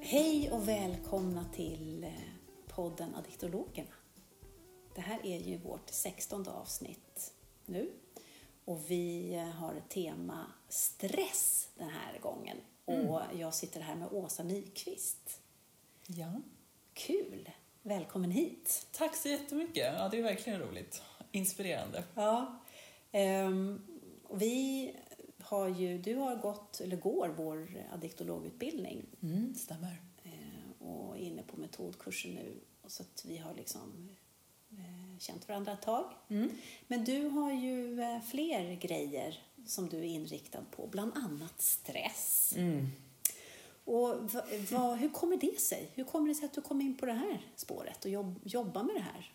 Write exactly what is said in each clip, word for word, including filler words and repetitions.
Hej och välkomna till podden Addiktologerna. Det här är ju vårt sextonde avsnitt nu. Och vi har ett tema stress den här gången. Mm. Och jag sitter här med Åsa Nyqvist. Ja. Kul! Välkommen hit. Tack så jättemycket. Ja, det är verkligen roligt. Inspirerande. Ja. Um, vi har ju, du har gått, eller går, vår addiktologutbildning. Mm, stämmer. Uh, och är inne på metodkursen nu. Så att vi har liksom uh, känt varandra ett tag. Mm. Men du har ju uh, fler grejer som du är inriktad på. Bland annat stress. Mm. Och va, va, hur kommer det sig? Hur kommer det sig att du kom in på det här spåret och jobb, jobbar med det här?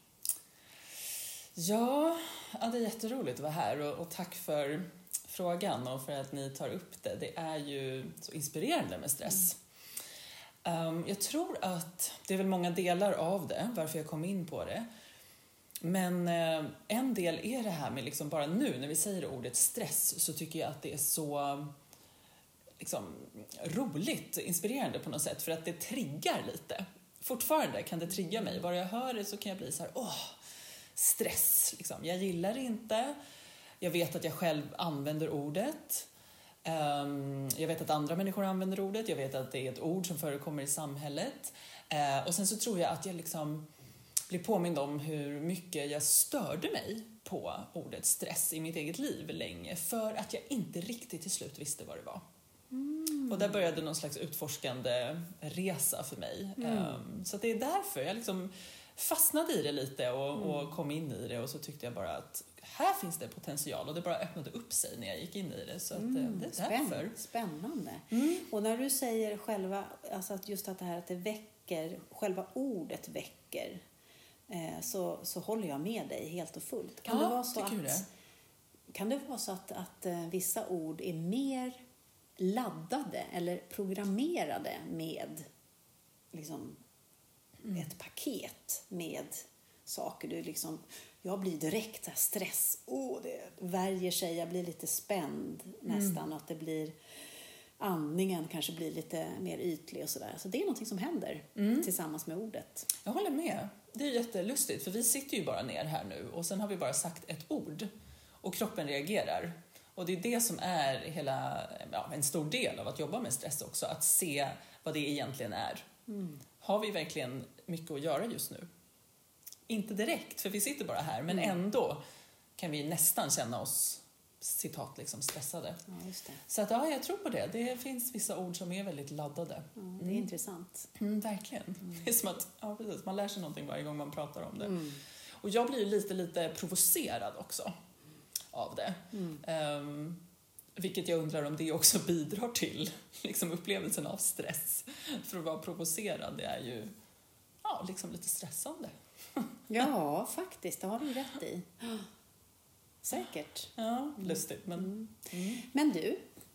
Ja, ja, det är jätteroligt att vara här och, och tack för frågan och för att ni tar upp det. Det är ju så inspirerande med stress. Mm. Um, jag tror att det är väl många delar av det, varför jag kom in på det. Men uh, en del är det här med liksom bara nu när vi säger ordet stress så tycker jag att det är så liksom, roligt, inspirerande på något sätt för att det triggar lite. Fortfarande kan det trigga mig. Bara jag hör det så kan jag bli så här, åh, stress. Liksom. Jag gillar det inte. Jag vet att jag själv använder ordet. Um, jag vet att andra människor använder ordet. Jag vet att det är ett ord som förekommer i samhället. Uh, och sen så tror jag att jag liksom blir påmind om hur mycket jag störde mig på ordet stress i mitt eget liv länge. För att jag inte riktigt till slut visste vad det var. Mm. Och där började någon slags utforskande resa för mig. Mm. Um, så att det är därför jag liksom fastnade i det lite och, mm. och kom in i det. Och så tyckte jag bara att här finns det potential. Och det bara öppnade upp sig när jag gick in i det. Så att, mm. det är därför. Spännande. Mm. Och när du säger själva, alltså att just att det här att det väcker, själva ordet väcker, eh, så, så håller jag med dig helt och fullt. Kan ja, det vara så att, det. kan det vara så att, att uh, vissa ord är mer laddade eller programmerade med liksom mm. ett paket med saker du liksom, jag blir direkt så här stress, oh, det värjer sig, jag blir lite spänd nästan, mm. att det blir andningen kanske blir lite mer ytlig och sådär. Så det är någonting som händer mm. tillsammans med ordet. Jag håller med. Det är jättelustigt för vi sitter ju bara ner här nu och sen har vi bara sagt ett ord och kroppen reagerar. Och det är det som är hela, ja, en stor del av att jobba med stress också. Att se vad det egentligen är. Mm. Har vi verkligen mycket att göra just nu? Inte direkt, för vi sitter bara här. Men mm. ändå kan vi nästan känna oss, citat, liksom stressade. Ja, just det. Så att, ja, jag tror på det. Det finns vissa ord som är väldigt laddade. Ja, det är mm. intressant. Mm, verkligen. Mm. Det är som att ja, precis, man lär sig någonting varje gång man pratar om det. Mm. Och jag blir lite, lite provocerad också av det. Mm. Um, vilket jag undrar om det också bidrar till liksom upplevelsen av stress. För att vara provocerad, det är ju ja, liksom lite stressande. Ja, faktiskt. Det har du rätt i. Säkert. Ja, lustigt. Men, mm. Mm. men du,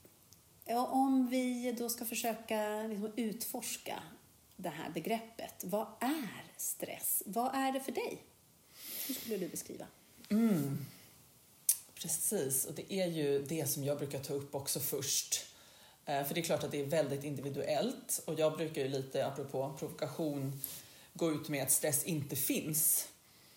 om vi då ska försöka liksom utforska det här begreppet. Vad är stress? Vad är det för dig? Hur skulle du beskriva? Mm. Precis, och det är ju det som jag brukar ta upp också först. För det är klart att det är väldigt individuellt. Och jag brukar ju lite, apropå provokation, gå ut med att stress inte finns.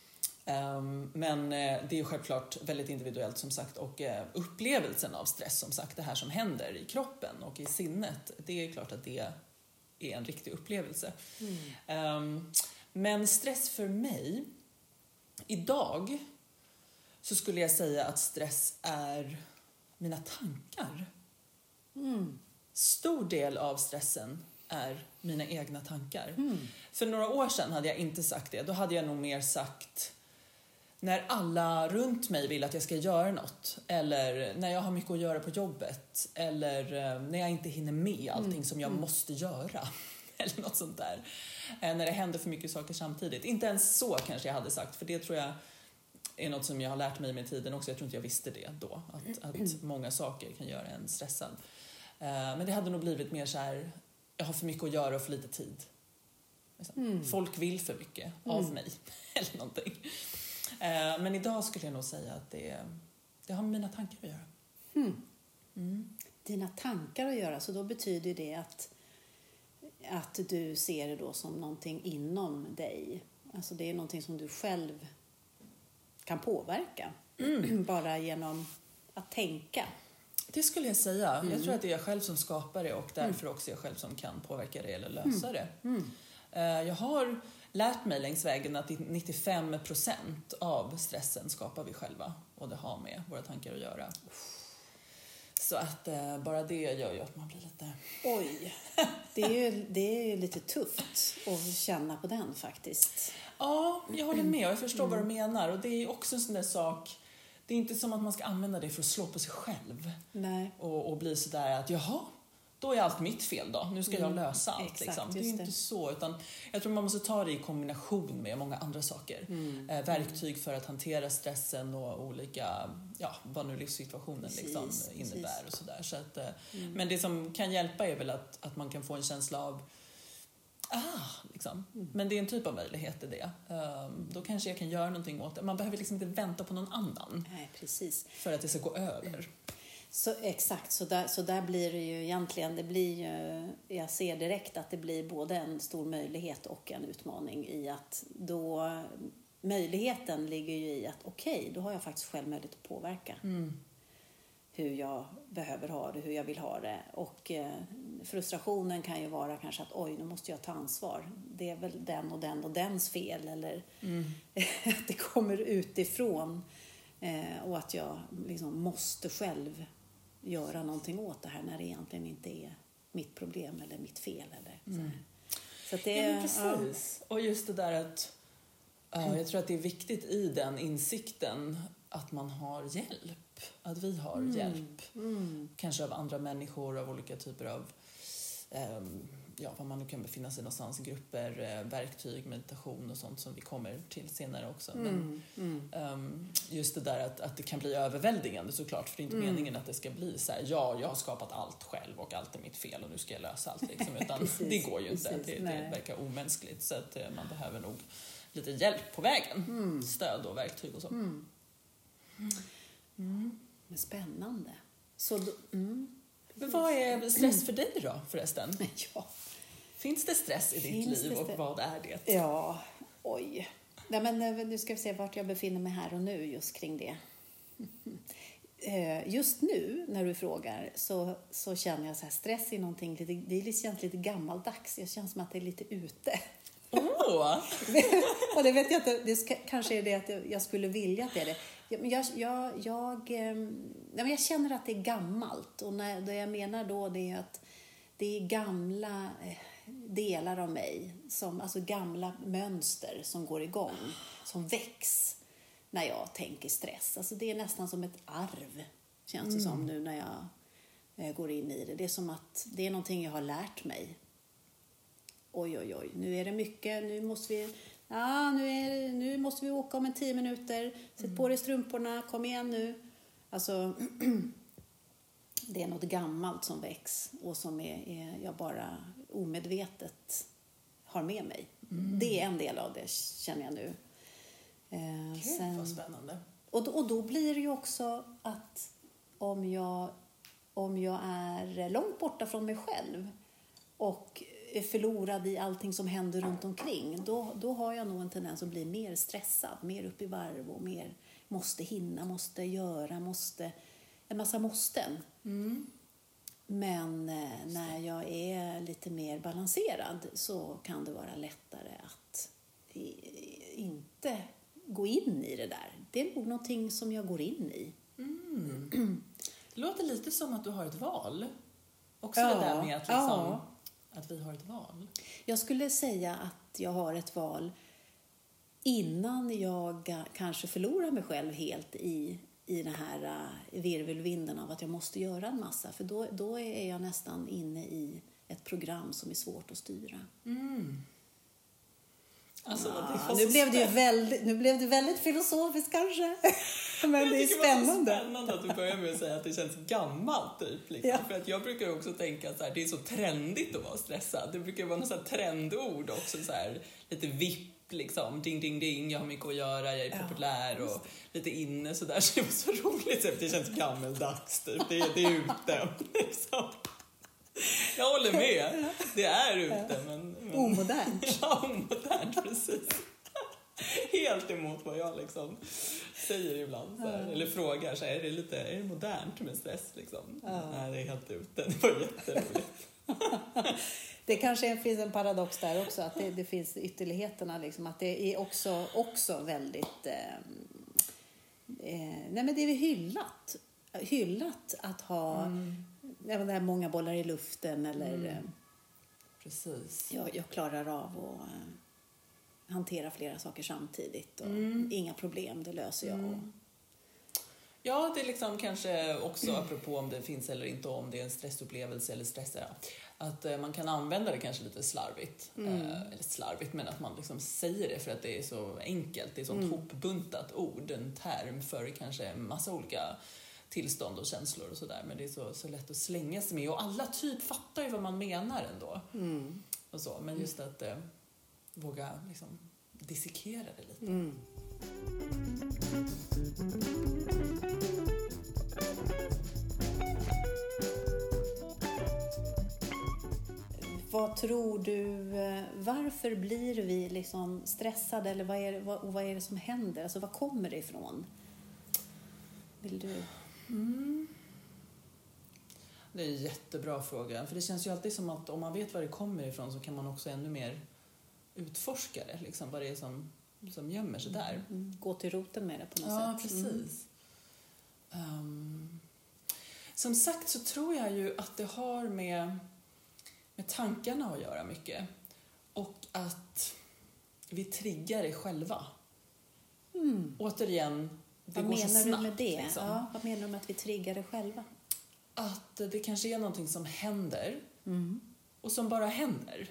Men det är ju självklart väldigt individuellt som sagt. Och upplevelsen av stress som sagt, det här som händer i kroppen och i sinnet. Det är klart att det är en riktig upplevelse. Mm. Men stress för mig, idag så skulle jag säga att stress är mina tankar. Mm. Stor del av stressen är mina egna tankar. Mm. För några år sedan hade jag inte sagt det. Då hade jag nog mer sagt när alla runt mig vill att jag ska göra något. Eller när jag har mycket att göra på jobbet. Eller när jag inte hinner med allting mm. som jag mm. måste göra. Eller något sånt där. När det händer för mycket saker samtidigt. Inte ens så kanske jag hade sagt. För det tror jag är något som jag har lärt mig med tiden också. Jag tror inte jag visste det då. Att, att många saker kan göra en stressad. Men det hade nog blivit mer så här. Jag har för mycket att göra och för lite tid. Mm. Folk vill för mycket av mm. mig. Eller någonting. Men idag skulle jag nog säga att det, det har med mina tankar att göra. Mm. Mm. Dina tankar att göra. Så då betyder det att att du ser det då som någonting inom dig. Alltså det är någonting som du själv kan påverka. Mm. Bara genom att tänka. Det skulle jag säga. Mm. Jag tror att det är jag själv som skapar det och därför mm. också jag själv som kan påverka det eller lösa mm. det. Mm. Jag har lärt mig längs vägen att nittiofem procent av stressen skapar vi själva och det har med våra tankar att göra. Så att eh, bara det gör ju att man blir lite... Oj, det är ju, det är ju lite tufft att känna på den faktiskt. Ja, jag håller med och jag förstår mm. vad du menar. Och det är också en sån där sak, det är inte som att man ska använda det för att slå på sig själv. Nej. Och, och bli sådär att jaha, då är allt mitt fel då. Nu ska mm. jag lösa allt. Exakt, liksom. Det är inte det. så, utan jag tror man måste ta det i kombination med många andra saker. Mm. Eh, verktyg för att hantera stressen och olika, ja, vad nu livssituationen precis, liksom innebär precis. Och sådär. Så att, eh, mm. Men det som kan hjälpa är väl att, att man kan få en känsla av ah, liksom. Mm. Men det är en typ av möjlighet i det. Um, då kanske jag kan göra någonting åt det. Man behöver liksom inte vänta på någon annan. Nej, precis. För att det ska gå över. Så, exakt, så där, så där blir det ju egentligen, det blir ju, jag ser direkt att det blir både en stor möjlighet och en utmaning i att då, möjligheten ligger ju i att okej, okay, då har jag faktiskt själv möjlighet att påverka mm. hur jag behöver ha det, hur jag vill ha det. Och eh, frustrationen kan ju vara kanske att oj, nu måste jag ta ansvar. Det är väl den och den och dens fel eller mm. att det kommer utifrån eh, och att jag liksom måste själv göra någonting åt det här när det egentligen inte är mitt problem eller mitt fel eller mm. så att det ja, men precis. Ja. Och just det där att uh, jag tror att det är viktigt i den insikten att man har hjälp, att vi har mm. hjälp mm. kanske av andra människor, av olika typer av um, ja, vad man nu kan befinna sig någonstans, grupper, eh, verktyg, meditation och sånt som vi kommer till senare också. Men mm, mm. Um, just det där att, att det kan bli överväldigande såklart, för det är inte mm. meningen att det ska bli så här, ja, jag har skapat allt själv och allt är mitt fel och nu ska jag lösa allt liksom, utan precis, det går ju inte, precis, det, det verkar omänskligt, så att eh, man behöver nog lite hjälp på vägen, mm. stöd och verktyg och så. Mm. Mm. Men spännande. Så då, mm. Men vad är stress för dig då förresten? Ja. Finns det stress i Finns ditt liv det och st- vad är det? Ja, oj. Nej, men nu ska vi se vart jag befinner mig här och nu just kring det. Just nu när du frågar så, så känner jag så här, stress är någonting lite, det känns lite gammaldags. Jag känner som att det är lite ute. Oh. Och det vet jag inte, det ska, kanske är det att jag skulle vilja att det är det. Men jag, jag, jag, jag, jag känner att det är gammalt. Och när, det jag menar då det är att det är gamla delar av mig, som, alltså gamla mönster som går igång, som väcks när jag tänker stress. Alltså det är nästan som ett arv, känns det mm. som nu när jag eh, går in i det. Det är som att det är någonting jag har lärt mig. Oj, oj, oj, nu är det mycket, nu måste vi, ja, nu, är, nu måste vi åka om en tio minuter, sätt mm. på dig strumporna, kom igen nu. Alltså, det är något gammalt som väcks och som är, är jag bara omedvetet har med mig. Mm. Det är en del av det, känner jag nu. Eh, Gud, sen, vad spännande. Och då, och då blir det ju också att om jag, om jag är långt borta från mig själv och är förlorad i allting som händer runt omkring, då, då har jag nog en tendens att bli mer stressad, mer upp i varv och mer måste hinna, måste göra, måste, en massa måsten. Mm. Men eh, när jag är lite mer balanserad så kan det vara lättare att i, inte gå in i det där. Det är nog någonting som jag går in i. Mm. Det låter lite som att du har ett val. Också ja, det där med att, liksom, ja. att vi har ett val. Jag skulle säga att jag har ett val innan jag kanske förlorar mig själv helt i, i den här virvelvinden av att jag måste göra en massa. För då, då är jag nästan inne i ett program som är svårt att styra. Mm. Alltså, ja, nu, blev det ju väldigt, nu blev det väldigt filosofiskt kanske. Men det är spännande. Det är spännande att du börjar med att säga att det känns gammalt typ. Liksom. Ja. För att jag brukar också tänka att det är så trendigt att vara stressad. Det brukar vara något så här trendord också. Så här, lite vipp, liksom. Ding, ding, ding. Jag har mycket att göra. Jag är ja, populär och lite inne. Så, där. Så det var så roligt. Det känns gammeldags typ. Det, det är ute. Liksom. Jag håller med. Det är ute, men... men... Omodernt. Ja, omodernt, precis. Helt emot vad jag liksom säger ibland. Så här, eller frågar, så här, är det lite är det modernt med stress? Liksom? Ja. Nej, det är helt ute. Det var jätteroligt. Det kanske finns en paradox där också, att det, det finns ytterligheterna. Liksom, att det är också, också väldigt... Eh, eh, nej, men det är hyllat. Hyllat att ha mm. även det här många bollar i luften. Eller, mm. eh, Precis. Jag, jag klarar av att eh, hantera flera saker samtidigt. Och mm. inga problem, det löser jag. Mm. Ja, det är liksom kanske också apropå om det finns eller inte, om det är en stressupplevelse eller stressare. Att eh, man kan använda det kanske lite slarvigt. Mm. Eh, eller slarvigt, men att man liksom säger det för att det är så enkelt. Det är sånt mm. hopbuntat ord, en term för kanske en massa olika tillstånd och känslor och sådär. Men det är så, så lätt att slänga sig med. Och alla typ fattar ju vad man menar ändå. Mm. Och så. Men just att eh, våga liksom dissekera det lite. Mm. Vad tror du, varför blir vi liksom stressade, eller vad är det, vad, vad är det som händer? Alltså, vad kommer det ifrån? Vill du? Mm. Det är en jättebra fråga, för det känns ju alltid som att om man vet var det kommer ifrån så kan man också ännu mer utforska det, liksom, vad det är som, som gömmer sig där. Mm. Gå till roten med det på något ja, sätt. Ja, precis. Mm. Um, som sagt så tror jag ju att det har med med tankarna att göra mycket. Och att vi triggar det själva. Mm. Återigen, det vad går så snabbt. Vad menar du med det? Liksom. Ja, vad menar du med att vi triggar det själva? Att det kanske är någonting som händer. Mm. Och som bara händer.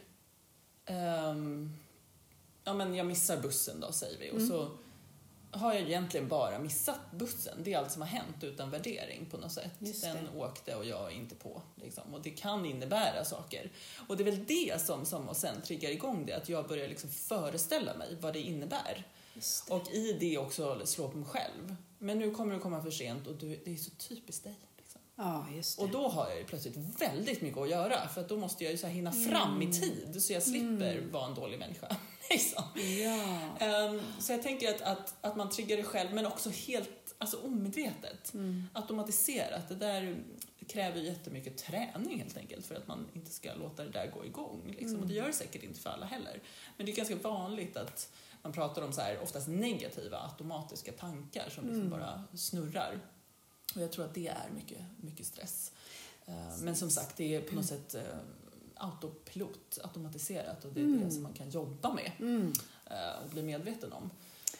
Um, ja, men jag missar bussen då, säger vi. Och mm. så har jag egentligen bara missat bussen. Det är allt som har hänt utan värdering på något sätt. Den åkte och jag är inte på. Liksom. Och det kan innebära saker. Och det är väl det som, som och sen triggar igång det. Att jag börjar liksom föreställa mig vad det innebär. Det. Och i det också slå på mig själv. Men nu kommer det komma för sent och du, det är så typiskt dig. Liksom. Ja, just det. Och då har jag ju plötsligt väldigt mycket att göra. För att då måste jag ju så här hinna fram mm. i tid. Så jag slipper mm. vara en dålig människa. Liksom. Ja. Um, så jag tänker att, att, att man triggar det själv, men också helt alltså omedvetet. Mm. Automatiserat. Det där kräver jättemycket träning helt enkelt för att man inte ska låta det där gå igång. Liksom. Mm. Och det gör det säkert inte för alla heller. Men det är ganska vanligt att man pratar om så här, oftast negativa automatiska tankar som liksom mm. bara snurrar. Och jag tror att det är mycket, mycket stress. Uh, men som sagt, det är på något sätt... Uh, autopilot, automatiserat, och det är mm. det som man kan jobba med mm. och bli medveten om.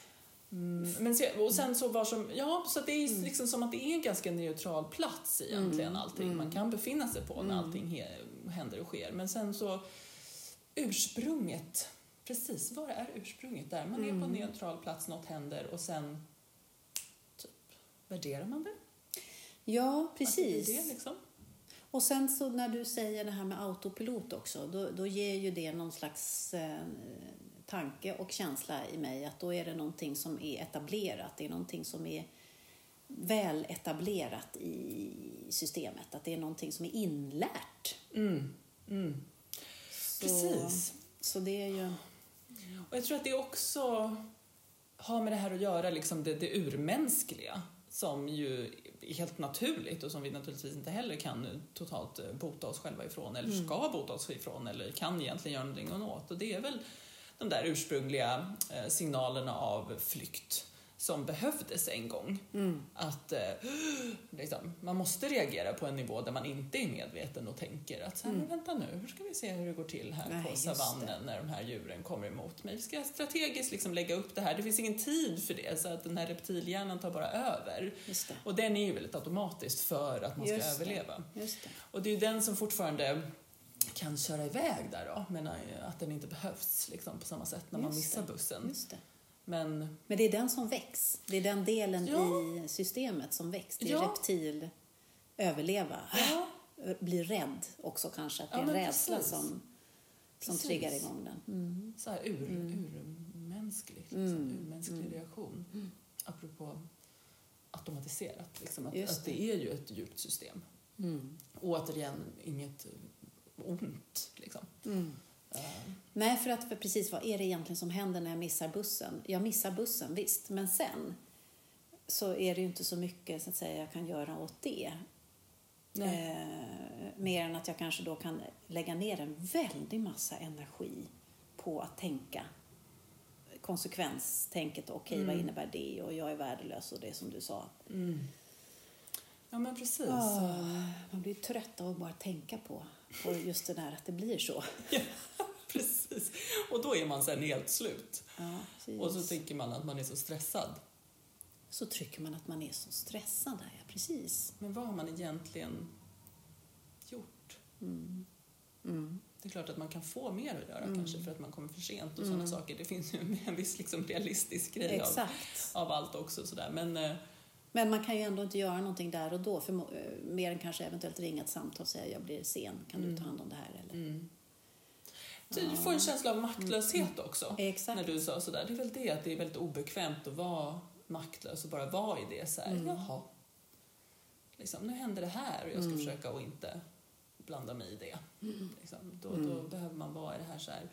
Mm. Men se, och sen så var som, ja, så det är liksom som att det är en ganska neutral plats egentligen allting mm. man kan befinna sig på när allting he- händer och sker. Men sen så ursprunget, precis, vad är ursprunget där? Man är mm. på en neutral plats, något händer och sen typ, värderar man det? Ja, precis. Det är det liksom. Och sen så när du säger det här med autopilot också, då, då ger ju det någon slags eh, tanke och känsla i mig att då är det någonting som är etablerat, det är någonting som är väl etablerat i systemet, att det är någonting som är inlärt. Mm. Mm. Så, precis. Så det är ju... Och jag tror att det också har med det här att göra, liksom det, det urmänskliga, som ju är helt naturligt och som vi naturligtvis inte heller kan totalt bota oss själva ifrån eller ska mm. bota oss ifrån eller kan egentligen göra någonting åt. Och det är väl de där ursprungliga signalerna av flykt som behövdes en gång. Mm. Att eh, liksom, man måste reagera på en nivå där man inte är medveten och tänker att mm. vänta nu, hur ska vi se hur det går till här Nej, på savannen när de här djuren kommer emot mig. Vi ska strategiskt liksom lägga upp det här. Det finns ingen tid för det, så att den här reptilhjärnan tar bara över. Och den är ju väldigt automatiskt för att man ska Just överleva. Det. Just det. Och det är ju den som fortfarande kan köra iväg där då, men att den inte behövs liksom, på samma sätt när man missar bussen. Just det. Men, Men det är den som väcks. Det är den delen ja. i systemet som väcks. Det är ja. reptil, överleva, ja. bli rädd också kanske. Att det är ja, en rädsla precis. som, som triggar igång den. Mm. Så här ur, mm. urmänsklig, liksom, mm. urmänsklig mm. reaktion. Mm. Apropå automatiserat. Liksom, att, Just att det är ju ett djupt system. Mm. Och återigen, inget ont. Liksom. Mm. Uh. Nej, för att för precis vad är det egentligen som händer när jag missar bussen? Jag missar bussen, visst. Men sen så är det ju inte så mycket så att säga, jag kan göra åt det. Eh, mer än att jag kanske då kan lägga ner en väldig massa energi på att tänka konsekvenstänket. Okej, okay, mm. vad innebär det? Och jag är värdelös och det som du sa. Mm. Ja, men precis. Oh, man blir trött av att bara tänka på, på just det där att det blir så. Ja, precis. Och då är man sen helt slut. Ja, och så tänker man att man är så stressad. Så trycker man att man är så stressad där, ja, precis. Men vad har man egentligen gjort? Mm. Mm. Det är klart att man kan få mer att göra mm. kanske för att man kommer för sent och mm. sådana saker. Det finns ju en viss liksom realistisk grej av, av allt också. Sådär. Men, Men man kan ju ändå inte göra någonting där och då. För mer än kanske eventuellt ringa ett samtal och säga jag blir sen. Kan mm. du ta hand om det här? Eller? Mm. Du får en känsla av maktlöshet också. Exakt. När du sa sådär. Det är väl det att det är väldigt obekvämt att vara maktlös och bara vara i det så här. Mm. Jaha. Liksom, nu händer det här och jag ska mm. försöka att inte blanda mig i det. Mm. Liksom, då, mm. då behöver man vara i det här så här.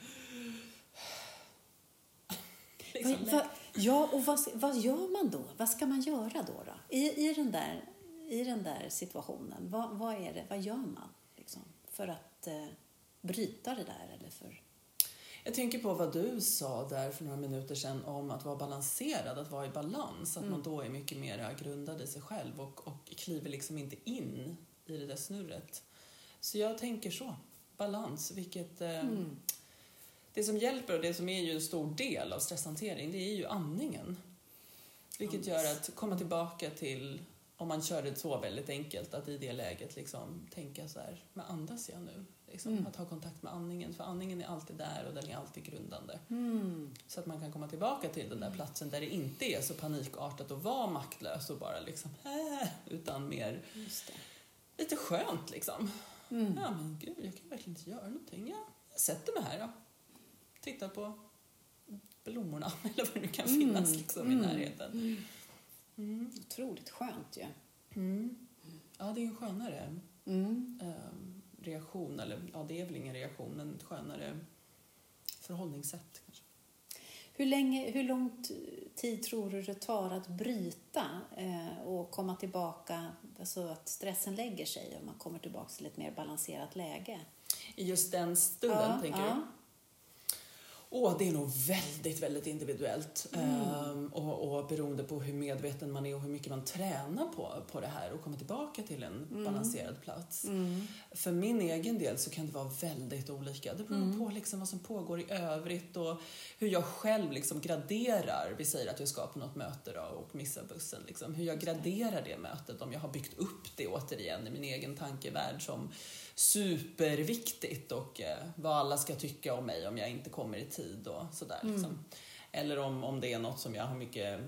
liksom, va, va, ja, och vad, vad gör man då? Vad ska man göra då? då? I, i, den där, I den där situationen, vad, vad är det? Vad gör man liksom, för att eh, bryta det där? Eller för... Jag tänker på vad du sa där för några minuter sedan om att vara balanserad, att vara i balans. Att mm. man då är mycket mer grundad i sig själv och, och kliver liksom inte in i det där snurret. Så jag tänker så, balans, vilket eh, mm. det som hjälper och det som är ju en stor del av stresshantering, det är ju andningen. Vilket gör att komma tillbaka till, om man kör det så väldigt enkelt, att i det läget liksom tänka så här, men andas jag nu? Liksom, mm. Att ha kontakt med andningen, för andningen är alltid där och den är alltid grundande. Mm. Så att man kan komma tillbaka till den där platsen där det inte är så panikartat att vara maktlös och bara liksom, äh, utan mer lite skönt liksom. Mm. Ja men gud, jag kan verkligen inte göra någonting. Ja, jag sätter mig här då. Tittar på blommorna eller vad det nu kan finnas mm. liksom, mm. i närheten. Mm. Mm. Otroligt skönt ju. Ja. Mm. Ja, det är en skönare mm. um, reaktion, eller ja, det är väl ingen reaktion, men ett skönare förhållningssätt kanske. Hur länge, hur lång tid tror du det tar att bryta eh, och komma tillbaka, alltså att stressen lägger sig och man kommer tillbaka till ett mer balanserat läge? I just den stunden, ja, tänker ja. du? Åh, det är nog väldigt, väldigt individuellt. Mm. Um, och, och beroende på hur medveten man är och hur mycket man tränar på, på det här och kommer tillbaka till en mm. balanserad plats. Mm. För min egen del så kan det vara väldigt olika. Det beror mm. på liksom vad som pågår i övrigt och hur jag själv liksom graderar. Vi säger att jag ska på något möte då och missar bussen. Liksom. Hur jag graderar det mötet, om jag har byggt upp det återigen i min egen tankevärld som superviktigt och eh, vad alla ska tycka om mig om jag inte kommer i tid och sådär. Mm. Liksom. Eller om, om det är något som jag har mycket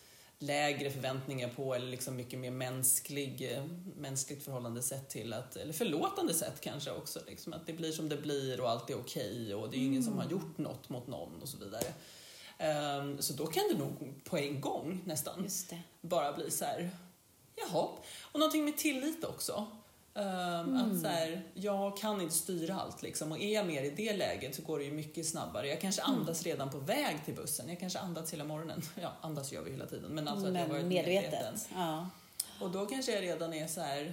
lägre förväntningar på eller liksom mycket mer mänsklig, eh, mänskligt förhållande sätt till att, eller förlåtande sätt kanske också. Liksom, att det blir som det blir och allt är okej och det är mm. ingen som har gjort något mot någon och så vidare. Um, så då kan det nog på en gång nästan bara bli så här, jaha. Och någonting med tillit också. Um, mm. Att så här, jag kan inte styra allt liksom, och är jag mer i det läget så går det ju mycket snabbare. Jag kanske andas mm. redan på väg till bussen. Jag kanske andas hela morgonen. Ja, andas gör vi hela tiden, men alltså att men jag varit medvetet. medveten. Ja. Och då kanske jag redan är så här,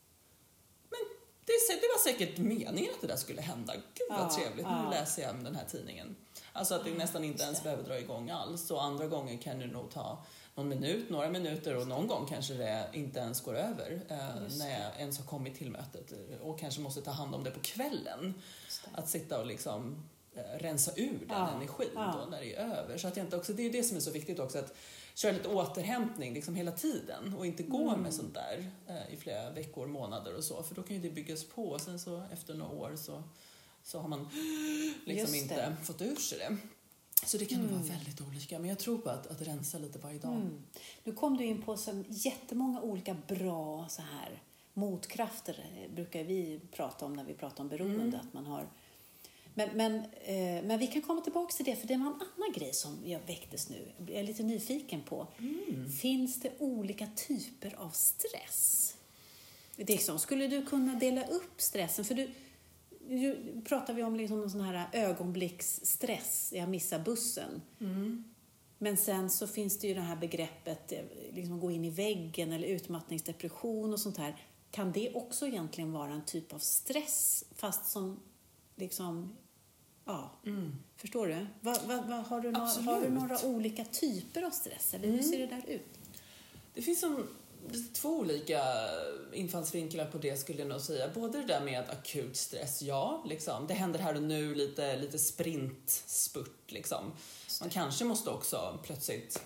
men det, det var säkert meningen att det där skulle hända. Gud vad ja, trevligt, ja. Nu läser jag den här tidningen. Alltså att det nästan inte ens behöver dra igång alls. Och andra gånger kan det nog ta någon minut, några minuter och någon gång kanske det inte ens går över eh, när jag ens har kommit till mötet och kanske måste ta hand om det på kvällen. Att sitta och liksom eh, rensa ur den ja, energin ja. Då när det är över. Så att jag inte också, det är det som är så viktigt också, att köra lite återhämtning liksom hela tiden och inte gå mm. med sånt där eh, i flera veckor, månader och så. För då kan ju det byggas på och sen så efter några år så, så har man liksom inte fått ur sig det. Så det kan mm. vara väldigt olika. Men jag tror på att, att rensa lite varje dag. Mm. Nu kom du in på så jättemånga olika bra så här motkrafter. Brukar vi prata om när vi pratar om beroende. Mm. Att man har... men, men, eh, men vi kan komma tillbaka till det. För det var en annan grej som jag väcktes nu. Jag är lite nyfiken på. Mm. Finns det olika typer av stress? Det är som, skulle du kunna dela upp stressen? För du... nu pratar vi om liksom en sån här ögonblicksstress. Jag missar bussen. Mm. Men sen så finns det ju det här begreppet liksom gå in i väggen eller utmattningsdepression och sånt här. Kan det också egentligen vara en typ av stress fast som liksom, ja, Mm. förstår du? Va, va, va, har, du några, har du några olika typer av stress eller hur Mm. ser det där ut? Det finns som två olika infallsvinklar på det skulle jag nog säga. Både det där med akut stress, ja, liksom. Det händer här och nu, lite, lite sprintspurt liksom. Man kanske måste också plötsligt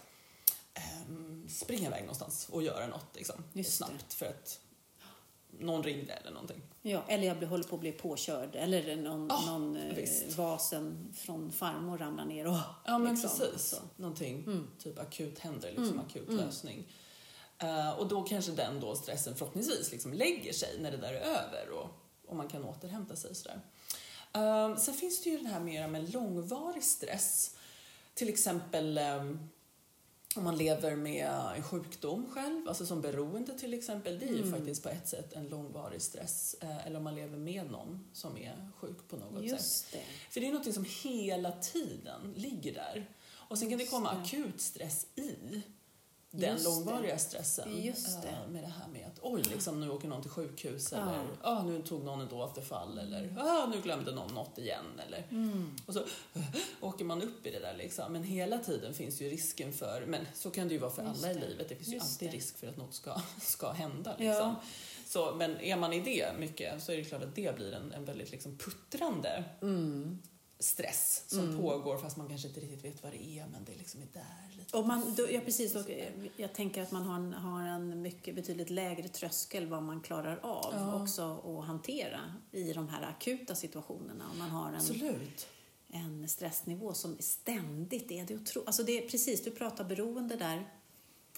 um, springa iväg någonstans och göra något liksom, snabbt för att någon ringde eller någonting. Ja, eller jag håller på att bli påkörd eller någon, oh, någon eh, vasen från farmor ramlar ner. Och, ja, men liksom, precis. alltså. Någonting Mm. typ akut händer, liksom Mm. akut Mm. lösning. Uh, och då kanske den då stressen förhoppningsvis liksom lägger sig när det där är över och, och man kan återhämta sig sådär. Uh, sen finns det ju det här mer med långvarig stress. Till exempel um, om man lever med en sjukdom själv, alltså som beroende till exempel, det är ju Mm. faktiskt på ett sätt en långvarig stress. Uh, eller om man lever med någon som är sjuk på något Just sätt. det. För det är något som hela tiden ligger där. Och sen kan det komma Just det. akut stress i den Just långvariga det. stressen. Just det. Äh, med det här med att oj, liksom, nu åker någon till sjukhus Ja. eller ah, nu tog någon ett återfall eller ah, nu glömde någon något igen eller Mm. och så äh, åker man upp i det där liksom. Men hela tiden finns ju risken för, men så kan det ju vara för Just alla det. i livet. Det finns ju Just alltid det. risk för att något ska, ska hända liksom. Ja. Så, men är man i det mycket så är det klart att det blir en, en väldigt liksom puttrande Mm. stress som Mm. pågår fast man kanske inte riktigt vet vad det är, men det liksom är där lite. Och man, då, ja, precis, och jag tänker att man har en, har en mycket betydligt lägre tröskel vad man klarar av Ja. också att hantera i de här akuta situationerna. Om man har en, Absolut. en stressnivå som ständigt är det otro, alltså det är precis, du pratar beroende där.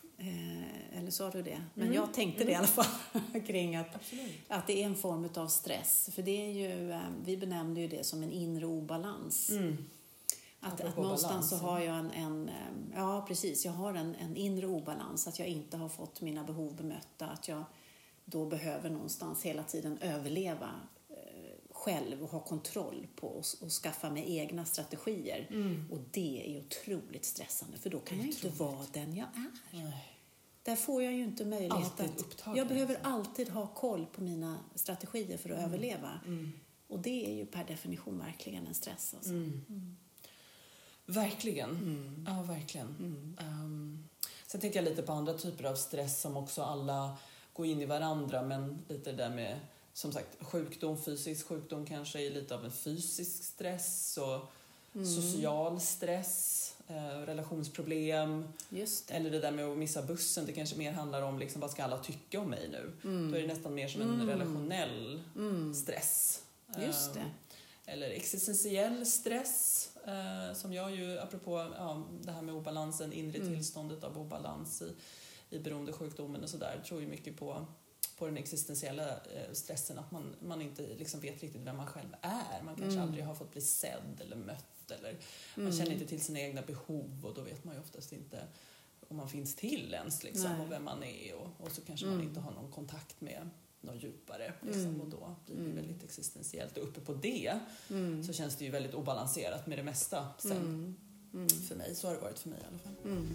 Eh, eller sa du det? Men Mm. jag tänkte det i alla fall kring att, Absolut. att det är en form av stress. För det är ju, eh, vi benämner ju det som en inre obalans. Mm. Att, Apropå att någonstans balans, så ja. har jag en, en, eh, ja precis, jag har en, en inre obalans. Att jag inte har fått mina behov bemötta. Att jag då behöver någonstans hela tiden överleva eh, själv och ha kontroll på och, och skaffa mig egna strategier. Mm. Och det är ju otroligt stressande för då kan jag inte Otroligt. vara den jag är. Nej. Där får jag ju inte möjlighet Alltid att... upptagen, Jag behöver liksom. alltid ha koll på mina strategier för att överleva. Mm. Och det är ju per definition verkligen en stress. Alltså. Mm. Mm. Verkligen. Mm. Ja, verkligen. Mm. Um, sen tänkte jag lite på andra typer av stress som också alla går in i varandra, men lite det där med, som sagt, sjukdom, fysisk sjukdom kanske är lite av en fysisk stress och Mm. social stress, eh, relationsproblem. Just det. Eller det där med att missa bussen, det kanske mer handlar om liksom, vad ska alla tycka om mig nu? Mm. Då är det nästan mer som en Mm. relationell Mm. stress. Just det. Um, eller existentiell stress, eh, som jag ju, apropå ja, det här med obalansen, inre Mm. tillståndet av obalans i, i beroendesjukdomen och sådär, tror ju mycket på, på den existentiella eh, stressen, att man, man inte liksom vet riktigt vem man själv är. Man kanske Mm. aldrig har fått bli sedd eller mött, eller man Mm. känner inte till sina egna behov och då vet man ju oftast inte om man finns till ens liksom, Nej. och vem man är och, och så kanske Mm. man inte har någon kontakt med något djupare liksom, Mm. och då blir det Mm. väldigt existentiellt och uppe på det Mm. så känns det ju väldigt obalanserat med det mesta sen. Mm. Mm. För mig, så har det varit för mig i alla fall.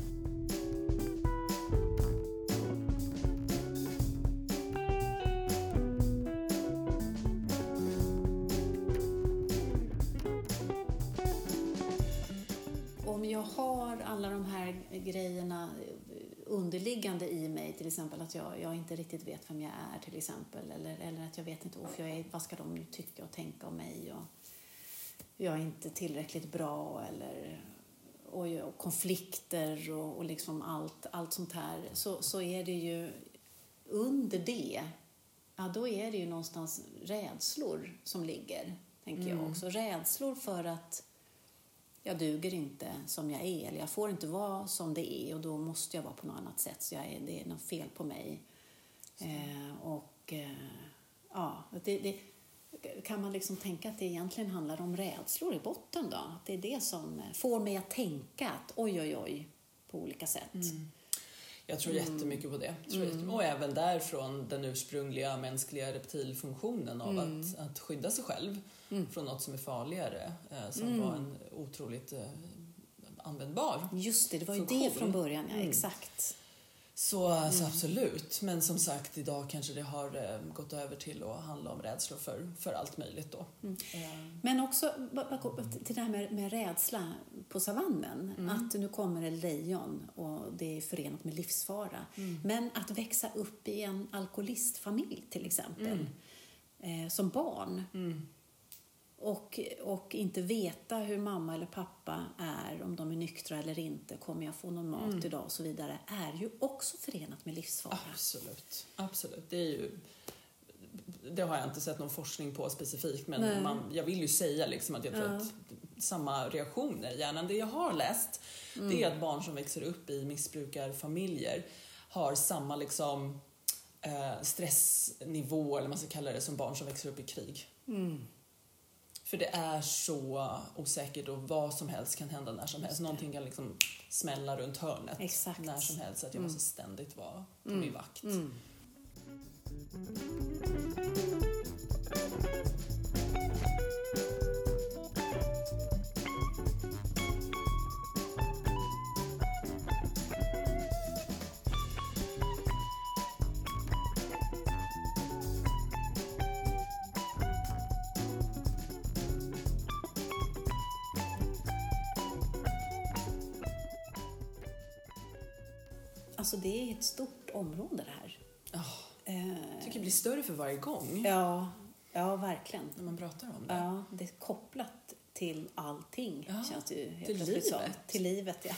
Mm. Om jag har alla de här grejerna underliggande i mig, till exempel att jag, jag inte riktigt vet vem jag är till exempel, eller, eller att jag vet inte, jag är, vad ska de nu tycka och tänka om mig, och jag är inte tillräckligt bra, eller och, och konflikter och, och liksom allt, allt sånt här, så, så är det ju under det, ja då är det ju någonstans rädslor som ligger, tänker Mm. jag också. Rädslor för att jag duger inte som jag är, eller jag får inte vara som det är, och då måste jag vara på något annat sätt, så jag är, det är något fel på mig. Eh, och eh, ja, det, det kan man liksom tänka att det egentligen handlar om rädslor i botten då, att det är det som får mig att tänka att oj oj oj på olika sätt. Mm. Jag tror mm. jättemycket på det. Tror mm. Och även därifrån den ursprungliga mänskliga reptilfunktionen av mm. att, att skydda sig själv mm. från något som är farligare. Eh, som mm. var en otroligt eh, användbar Just det, det var ju funktion. Det från början, ja, mm. exakt. Så, mm. så absolut. Men som sagt, idag kanske det har eh, gått över till att handla om rädslor för, för allt möjligt då. Mm. Eh. Men också till det här med, med rädsla på savannen. Mm. Att nu kommer det lejon och det är förenat med livsfara. Mm. Men att växa upp i en alkoholistfamilj till exempel. Mm. Eh, som barn. Mm. Och, och inte veta hur mamma eller pappa är, om de är nyktra eller inte, kommer jag få någon mat mm. idag och så vidare, är ju också förenat med livsfara. Absolut, absolut. Det är ju, det har jag inte sett någon forskning på specifikt, men man, jag vill ju säga liksom att jag tror ja. att samma reaktioner i hjärnan. Det jag har läst, mm. det är att barn som växer upp i missbrukarfamiljer har samma liksom eh, stressnivå, eller man ska kalla det, som barn som växer upp i krig. Mm. För det är så osäkert och vad som helst kan hända när som helst. Någonting kan liksom smälla runt hörnet. Exakt. När som helst. Så att jag mm. måste ständigt vara på mm. min vakt. Mm. Alltså det är ett stort område det här. Oh, jag tycker det blir större för varje gång. Ja, ja verkligen. När man pratar om det. Ja, det är kopplat till allting. Ja, känns det ju helt till livet. Så. Till livet, ja.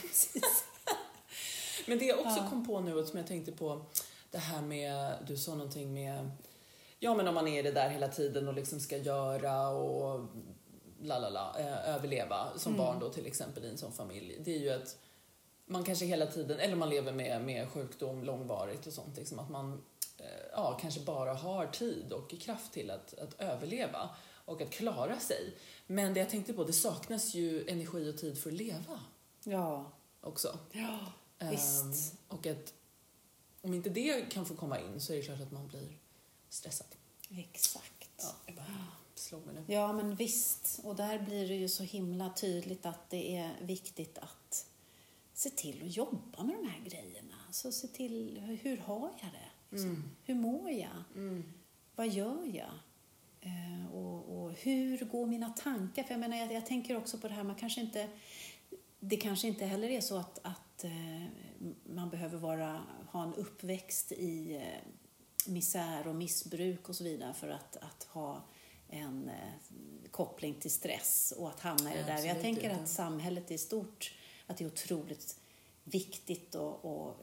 Men det jag också ja. kom på nu, som jag tänkte på, det här med, du sa någonting med, ja men om man är det där hela tiden och liksom ska göra och lalala, överleva som mm. barn då till exempel i en sån familj. Det är ju att man kanske hela tiden, eller man lever med, med sjukdom långvarigt och sånt, liksom att man ja, kanske bara har tid och kraft till att, att överleva och att klara sig. Men det jag tänkte på, det saknas ju energi och tid för att leva. Ja. Också. Ja, um, visst. Och att om inte det kan få komma in så är det klart att man blir stressad. Exakt. Ja, jag bara slog mig nu. Ja, men visst. Och där blir det ju så himla tydligt att det är viktigt att se till att jobba med de här grejerna. Så se till, hur har jag det? Liksom? Mm. Hur mår jag? Mm. Vad gör jag? Eh, och, och hur går mina tankar? För jag menar, jag, jag tänker också på det här, man kanske inte, det kanske inte heller är så att, att eh, man behöver vara, ha en uppväxt i eh, misär och missbruk och så vidare för att, att ha en eh, koppling till stress och att hamna i det där. Jag tänker att samhället är stort, att det är otroligt viktigt och, och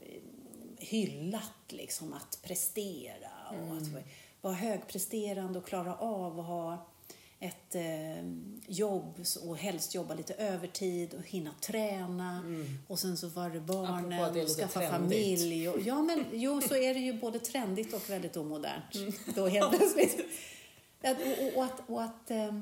hyllat liksom, att prestera och mm. att vara högpresterande och klara av att ha ett eh, jobb och helst jobba lite övertid och hinna träna mm. och sen så var det barnen och skaffa trendigt. Familj och, ja men jo, så är det ju både trendigt och väldigt omodernt mm. då helt plötsligt att, och, och att, och att eh,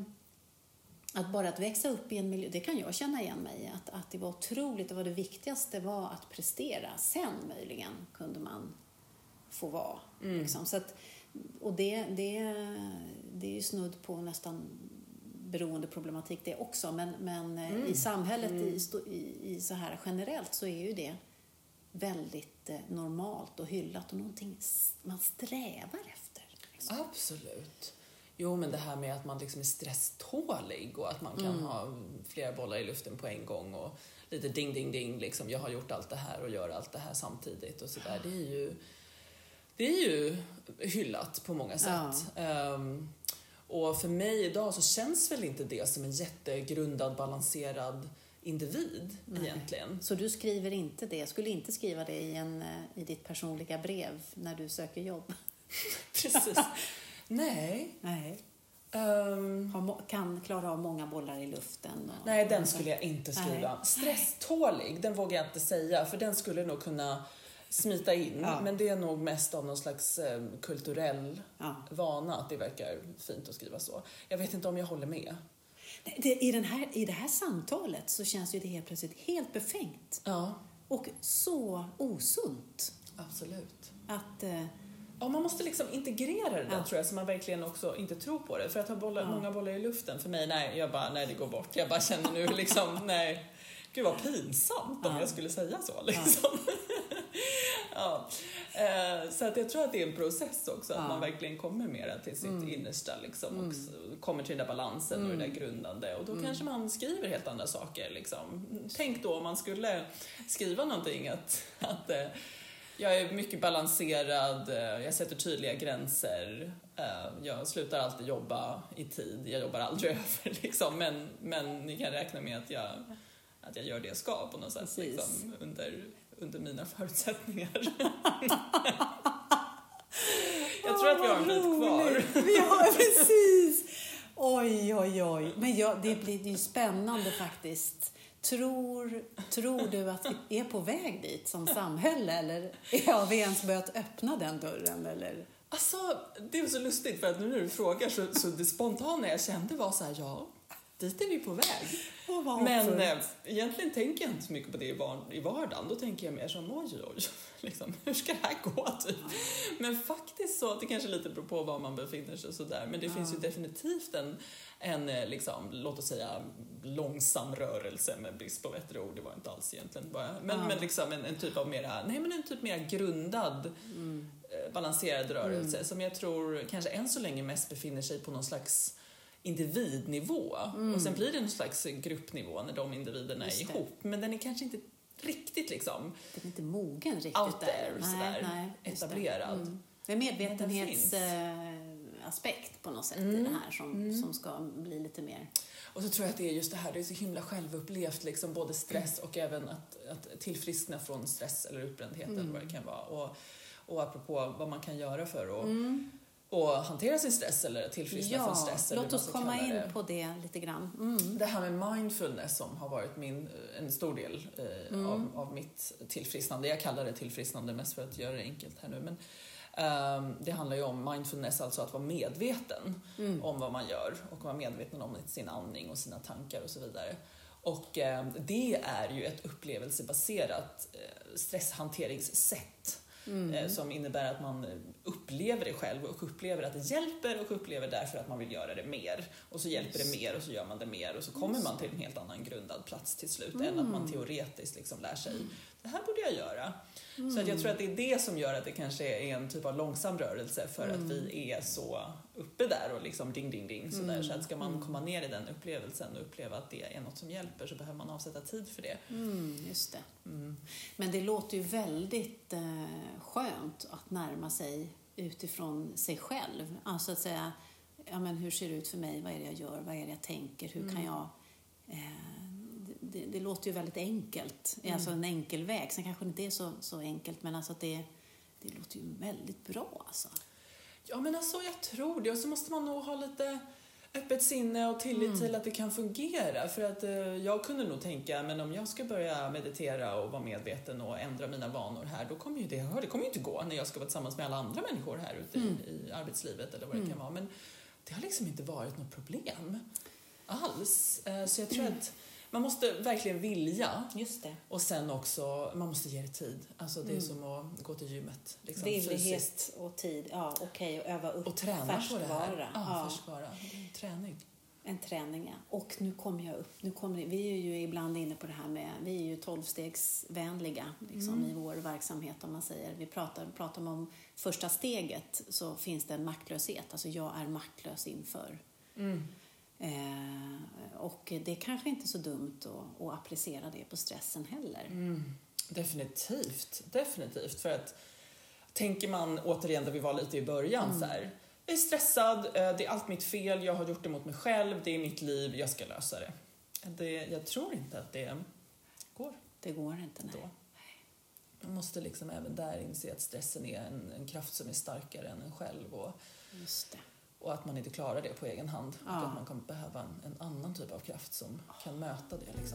Att bara att växa upp i en miljö, det kan jag känna igen mig i. Att, att det var otroligt, det var det viktigaste var att prestera. Sen möjligen kunde man få vara. Mm. Liksom. Så att, och det, det, det är ju snudd på nästan beroendeproblematik det också. Men, men mm. i samhället, mm. i, i, i så här generellt så är ju det väldigt eh, normalt och hyllat. Och någonting man strävar efter. Liksom. Absolut. Jo, men det här med att man liksom är stresstålig och att man kan mm. ha flera bollar i luften på en gång och lite ding, ding, ding, liksom jag har gjort allt det här och gör allt det här samtidigt och sådär. Det är ju, det är ju hyllat på många sätt. Ja. Um, och för mig idag så känns väl inte det som en jättegrundad, balanserad individ. Nej. Egentligen. Så du skriver inte det, skulle inte skriva det i, en, i ditt personliga brev när du söker jobb? Precis. Nej. Nej. Um, kan klara av många bollar i luften. Och, nej, den skulle jag inte skriva. Nej. Stresstålig, den vågar jag inte säga. För den skulle nog kunna smita in. Ja. Men det är nog mest av någon slags eh, kulturell ja. vana att det verkar fint att skriva så. Jag vet inte om jag håller med. Det, i, den här, I det här samtalet så känns ju det helt plötsligt helt befängt. Ja. Och så osunt. Absolut. Att... Eh, Ja, man måste liksom integrera det där, ja. tror jag, så man verkligen också inte tror på det. För att ha bollar, Ja. många bollar i luften, för mig, nej, jag bara, nej, det går bort. Jag bara känner nu liksom, nej, gud vad pinsamt om Ja. jag skulle säga så liksom. Ja. Ja. Så att jag tror att det är en process också, att Ja. man verkligen kommer mera till sitt mm. innersta liksom, och mm. kommer till den där balansen mm. och det där grundande. Och då mm. kanske man skriver helt andra saker liksom. Tänk då om man skulle skriva någonting att, att jag är mycket balanserad, jag sätter tydliga gränser, jag slutar alltid jobba i tid, jag jobbar aldrig över liksom, men, men ni kan räkna med att jag, att jag gör det jag ska på något sätt liksom, under, under mina förutsättningar. Jag tror att vi har en bit kvar. Vi har precis. Oj, oj, oj. Men ja, det blir ju spännande faktiskt. Tror, tror du att vi är på väg dit som samhälle, eller har vi ens börjat öppna den dörren? Eller? Alltså, det är så lustigt, för att nu när du frågar så, så det spontana jag kände var så här, ja, dit är vi på väg. Oh, men äh, egentligen tänker jag inte så mycket på det i, var, i vardagen. Då tänker jag mer som, oj, oj, liksom, hur ska det här gå? Typ. Men faktiskt så, det kanske lite beror på var man befinner sig så där. Men det ja. finns ju definitivt en, en liksom, låt oss säga, långsam rörelse med brist på bättre ord. Det var inte alls egentligen bara. Men, ja. men liksom en, en typ av mera, nej men en typ mera grundad, mm. eh, balanserad rörelse. Mm. Som jag tror kanske än så länge mest befinner sig på någon slags individnivå. Mm. Och sen blir det en slags gruppnivå när de individerna är ihop. Men den är kanske inte riktigt liksom... Den är inte mogen riktigt out there, där. Sådär, nej, etablerad. Det. Mm. Det är medvetenhetsaspekt på något sätt mm. i det här som, mm. som ska bli lite mer... Och så tror jag att det är just det här, det är så himla självupplevt, liksom, både stress och även att, att tillfriskna från stress eller utbrändhet mm. eller vad det kan vara. Och, och apropå vad man kan göra för att mm. och hantera sin stress eller tillfriskna ja, från stress. Låt oss komma in det. på det lite grann. Mm. Det här med mindfulness som har varit min, en stor del eh, mm. av, av mitt tillfrisknande. Jag kallar det tillfrisknande mest för att göra det enkelt här nu. Men um, det handlar ju om mindfulness, alltså att vara medveten mm. om vad man gör. Och vara medveten om sin andning och sina tankar och så vidare. Och eh, det är ju ett upplevelsebaserat eh, stresshanteringssätt. Mm. Som innebär att man upplever det själv och upplever att det hjälper och upplever därför att man vill göra det mer. Och så hjälper det mer och så gör man det mer och så kommer man till en helt annan grundad plats till slut mm. än att man teoretiskt liksom lär sig, det här borde jag göra. Mm. Så att jag tror att det är det som gör att det kanske är en typ av långsam rörelse för mm. att vi är så uppe där och liksom ding ding ding sådär. Mm. Så att ska man komma ner i den upplevelsen och uppleva att det är något som hjälper så behöver man avsätta tid för det. Mm, just det. Mm. Men det låter ju väldigt eh, skönt att närma sig utifrån sig själv. Alltså att säga, ja men hur ser det ut för mig? Vad är det jag gör? Vad är det jag tänker? Hur mm. kan jag... Eh, det, det låter ju väldigt enkelt. Mm. Alltså en enkel väg. Sen kanske det inte är så, så enkelt, men alltså det, det låter ju väldigt bra alltså. Ja men alltså jag tror det. Och så måste man nog ha lite öppet sinne och tillit mm. till att det kan fungera. För att eh, jag kunde nog tänka, men om jag ska börja meditera och vara medveten och ändra mina vanor här, då kommer ju det, det kommer ju inte gå när jag ska vara tillsammans med alla andra människor här ute mm. i, i arbetslivet eller vad det mm. kan vara. Men det har liksom inte varit något problem alls. Eh, så jag tror mm. att man måste verkligen vilja. Just det. Och sen också, man måste ge det tid. Alltså det är mm. som att gå till gymmet. Liksom, villighet fysiskt. och tid. Ja, okej. Okay, och öva upp och träna på det här. Ja, ja. färskvara. Det är en träning. En träning, ja. Och nu kommer jag upp. Nu kommer, vi är ju ibland inne på det här med, vi är ju tolvstegsvänliga liksom, mm. i vår verksamhet om man säger. Vi pratar, pratar om första steget, så finns det en maktlöshet. Alltså jag är maktlös inför. Mm. Eh, och det är kanske inte så dumt att, att applicera det på stressen heller. Mm. Definitivt, definitivt. För att tänker man återigen där vi var lite i början mm. så här, jag är stressad, det är allt mitt fel, jag har gjort det mot mig själv, det är mitt liv, jag ska lösa det. det jag tror inte att det går. Det går inte, nej. Då. Man måste liksom även där inse att stressen är en, en kraft som är starkare än en själv. Och, Just det. och att man inte klarar det på egen hand. Ja. Och att man kommer behöva en, en annan typ av kraft som kan möta det. Liksom.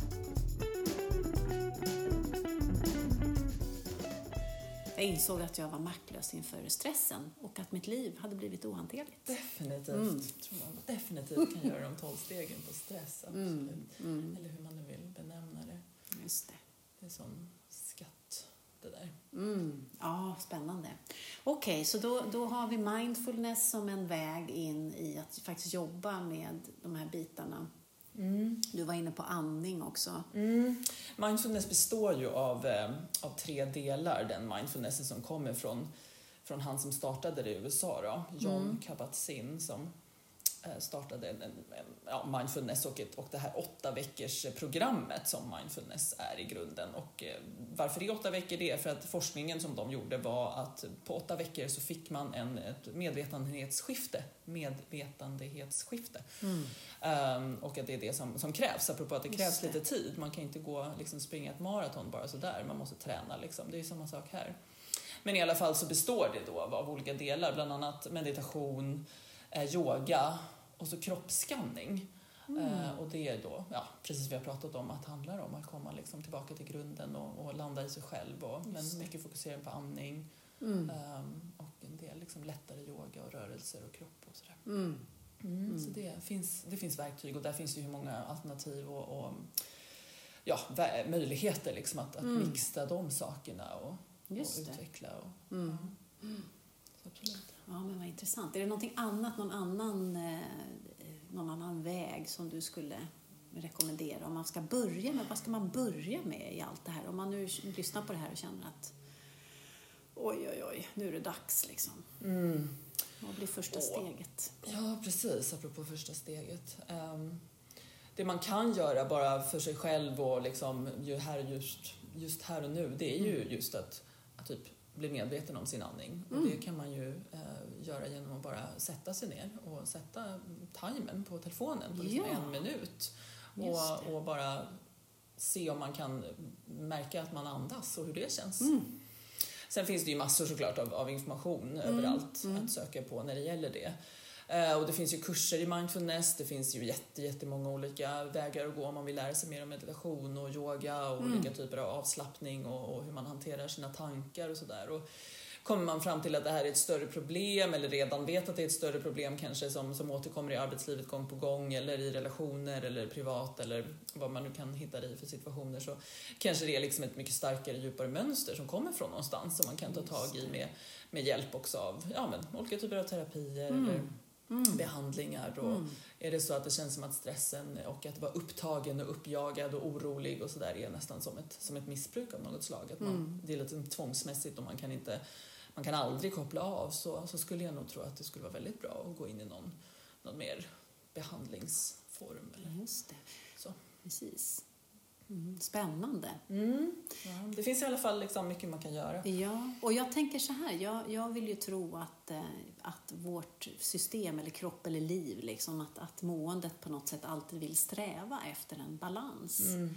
Jag insåg att jag var maktlös inför stressen och att mitt liv hade blivit ohanterligt. Definitivt. Mm. Jag tror man definitivt kan göra de tolv stegen på stress. Absolut. Mm. Mm. Eller hur man nu vill benämna det. Just det. det är sån skatt det där. Mm. Ja, spännande. Okej, okay, så då, då har vi mindfulness som en väg in i att faktiskt jobba med de här bitarna. Mm. Du var inne på andning också. Mm. Mindfulness består ju av, eh, av tre delar. Den mindfulnessen som kommer från, från han som startade det i U S A, då, John mm. Kabat-Zinn, som eh, startade en, en, en, ja, mindfulness och, ett, och det här åtta veckors programmet som mindfulness är i grunden. Och eh, varför det är åtta veckor det är för att forskningen som de gjorde var att på åtta veckor så fick man en, ett medvetenhetsskifte. Medvetenhetsskifte. Mm. Um, och att det är det som, som krävs, apropå att det krävs det. lite tid. Man kan inte gå liksom, springa ett maraton bara sådär, man måste träna liksom. Det är samma sak här. Men i alla fall så består det då av olika delar, bland annat meditation, eh, yoga och så kroppsskanning. Mm. Uh, och det är då, ja, precis vi har pratat om, att handlar om att komma liksom tillbaka till grunden och, och landa i sig själv. Och, men mycket fokusering på andning mm. um, och en del liksom lättare yoga och rörelser och kropp och sådär. Mm. Mm. Mm. Så det finns, det finns verktyg, och där finns det ju många alternativ och, och ja, möjligheter liksom att, att mm. mixa de sakerna och, och utveckla. Och, mm. ja. Så absolut. Ja, men vad intressant. Är det någonting annat, någon annan, eh, någon annan väg som du skulle rekommendera om man ska börja med? Vad ska man börja med i allt det här? Om man nu lyssnar på det här och känner att oj, oj, oj, nu är det dags liksom. Mm. Vad blir första Åh. steget? Ja, precis. Apropå första steget. Um, det man kan göra bara för sig själv och liksom ju här, just, just här och nu, det är ju mm. just att, att typ bli medveten om sin andning. Mm. Och det kan man ju uh, göra genom att bara sätta sig ner och sätta timern på telefonen på liksom ja. en minut. Och, och bara se om man kan märka att man andas och hur det känns. Mm. Sen finns det ju massor såklart av, av information mm. överallt mm. att söka på när det gäller det. Uh, och det finns ju kurser i mindfulness, det finns ju jätte, jättemånga olika vägar att gå om man vill lära sig mer om meditation och yoga och mm. olika typer av avslappning och, och hur man hanterar sina tankar och sådär. Och kommer man fram till att det här är ett större problem eller redan vet att det är ett större problem kanske som, som återkommer i arbetslivet gång på gång eller i relationer eller privat eller vad man nu kan hitta det i för situationer, så kanske det är liksom ett mycket starkare, djupare mönster som kommer från någonstans som man kan ta tag i med, med hjälp också av ja, men, olika typer av terapier mm. eller Mm. behandlingar. Och mm. är det så att det känns som att stressen och att vara upptagen och uppjagad och orolig och sådär är nästan som ett, som ett missbruk av något slag. Att man, mm. det är lite tvångsmässigt och man kan, inte, man kan aldrig koppla av, så, så skulle jag nog tro att det skulle vara väldigt bra att gå in i någon, någon mer behandlingsform. Eller Just det. Så. Precis. Mm, spännande. Mm. Ja, det finns i alla fall liksom mycket man kan göra. Ja, och jag tänker så här, jag, jag vill ju tro att, eh, att vårt system eller kropp eller liv, liksom, att, att måendet på något sätt alltid vill sträva efter en balans. Mm.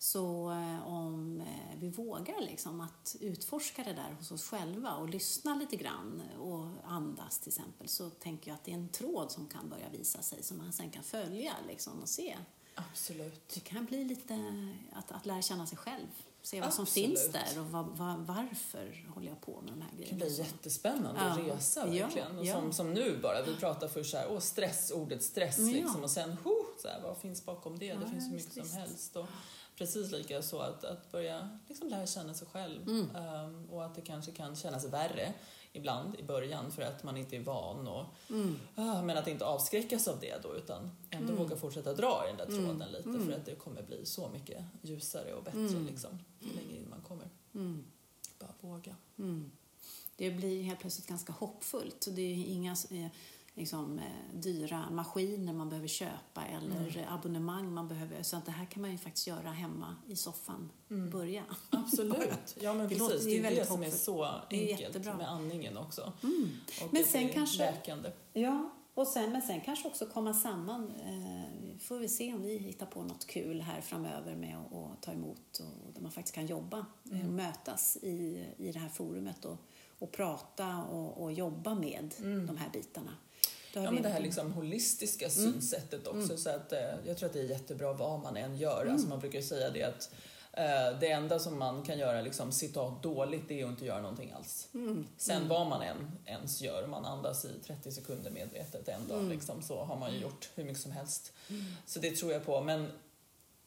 Så eh, om eh, vi vågar liksom, att utforska det där hos oss själva och lyssna lite grann och andas till exempel, så tänker jag att det är en tråd som kan börja visa sig som man sen kan följa liksom, och se. Absolut. Det kan bli lite att, att lära känna sig själv. Se vad Absolut. som finns där och var, var, varför håller jag på med de här grejerna. Det kan bli jättespännande ja. resa verkligen. Ja. Och som, ja. som nu bara, vi pratar först så här, åh, stress, ordet stress ja. liksom, och sen, ho, så här, vad finns bakom det? Ja, det finns så mycket just. som helst. Och precis lika så att, att börja liksom lära känna sig själv. Mm. Um, och att det kanske kan kännas värre ibland i början för att man inte är van och, mm. uh, men att inte avskräckas av det då, utan ändå mm. våga fortsätta dra i den där tråden mm. lite mm. för att det kommer bli så mycket ljusare och bättre mm. liksom, ju längre in man kommer. Mm. Bara våga. Mm. Det blir helt plötsligt ganska hoppfullt. Det är inga eh, liksom, eh, dyra maskiner man behöver köpa eller mm. abonnemang man behöver. Så att det här kan man ju faktiskt göra hemma i soffan. Mm. Börja. Absolut. Ja, men det precis. Låter, det är det, det som är så enkelt är med andningen också. Mm. Och men sen kanske... läkande. Ja, och sen, men sen kanske också komma samman. Eh, får vi se om vi hittar på något kul här framöver med att, att ta emot och där man faktiskt kan jobba mm. och mötas i, i det här forumet och, och prata och, och jobba med mm. de här bitarna. Ja, men det här liksom holistiska mm. synsättet också. Mm. Så att, eh, jag tror att det är jättebra vad man än gör. Mm. Alltså man brukar säga det att eh, det enda som man kan göra liksom, citat dåligt, det är att inte göra någonting alls. Mm. Sen mm. vad man än ens gör, man andas i trettio sekunder medvetet en dag, mm. liksom, så har man ju gjort hur mycket som helst. Mm. Så det tror jag på. Men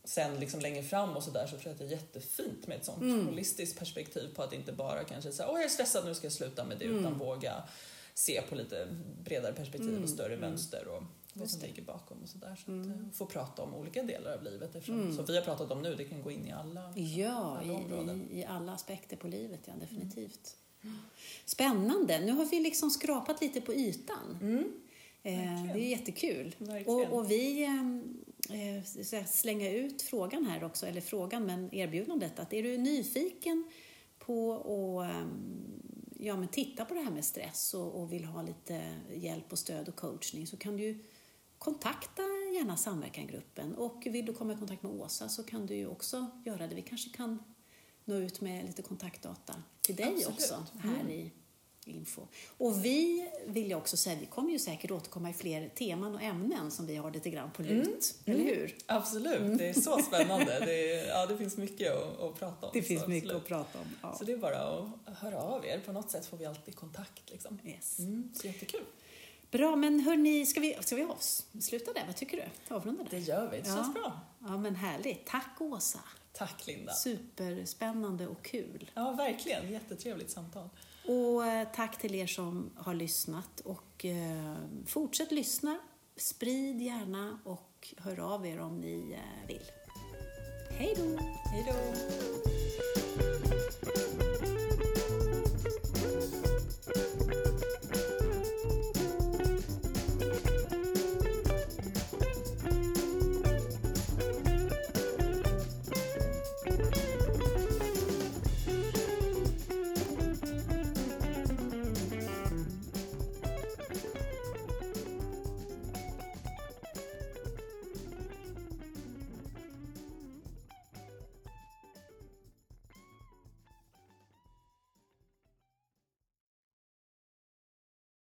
sen liksom längre fram och så där, så tror jag att det är jättefint med ett sånt mm. holistiskt perspektiv på att inte bara kanske säga åh jag är stressad, nu ska jag sluta med det, mm. utan våga se på lite bredare perspektiv mm. och större mm. mönster och vad som ligger bakom och sådär. Så att mm. få prata om olika delar av livet. Eftersom, mm. som vi har pratat om nu, det kan gå in i alla, ja, alla områden. I, i alla aspekter på livet, ja, definitivt. Mm. Spännande. Nu har vi liksom skrapat lite på ytan. Mm. Eh, det är jättekul. Och, och vi eh, slänga ut frågan här också, eller frågan, men erbjudandet att är du nyfiken på att ja, men titta på det här med stress och, och vill ha lite hjälp och stöd och coachning, så kan du ju kontakta gärna samverkangruppen. Och vill du komma i kontakt med Åsa så kan du ju också göra det. Vi kanske kan nå ut med lite kontaktdata till dig Absolut. Också här mm. i info. Och vi vill jag också säga, vi kommer ju säkert återkomma i fler teman och ämnen som vi har lite grann på lut. Mm. Eller hur? Absolut, mm. det är så spännande. Det, är, ja, det finns mycket att, att prata om. Det finns mycket absolut. Att prata om. Ja. Så det är bara att höra av er. På något sätt får vi alltid kontakt. Liksom. Yes. Mm, så jättekul. Bra, men hörni, ska vi, ska vi avsluta där? Vad tycker du? Avrunda där? Det gör vi, det ja. känns bra. Ja, men härligt. Tack Åsa. Tack Linda. Superspännande och kul. Ja, verkligen. Jättetrevligt samtal. Och tack till er som har lyssnat. Och eh, fortsätt lyssna. Sprid gärna och hör av er om ni eh, vill. Hej då! Hej då!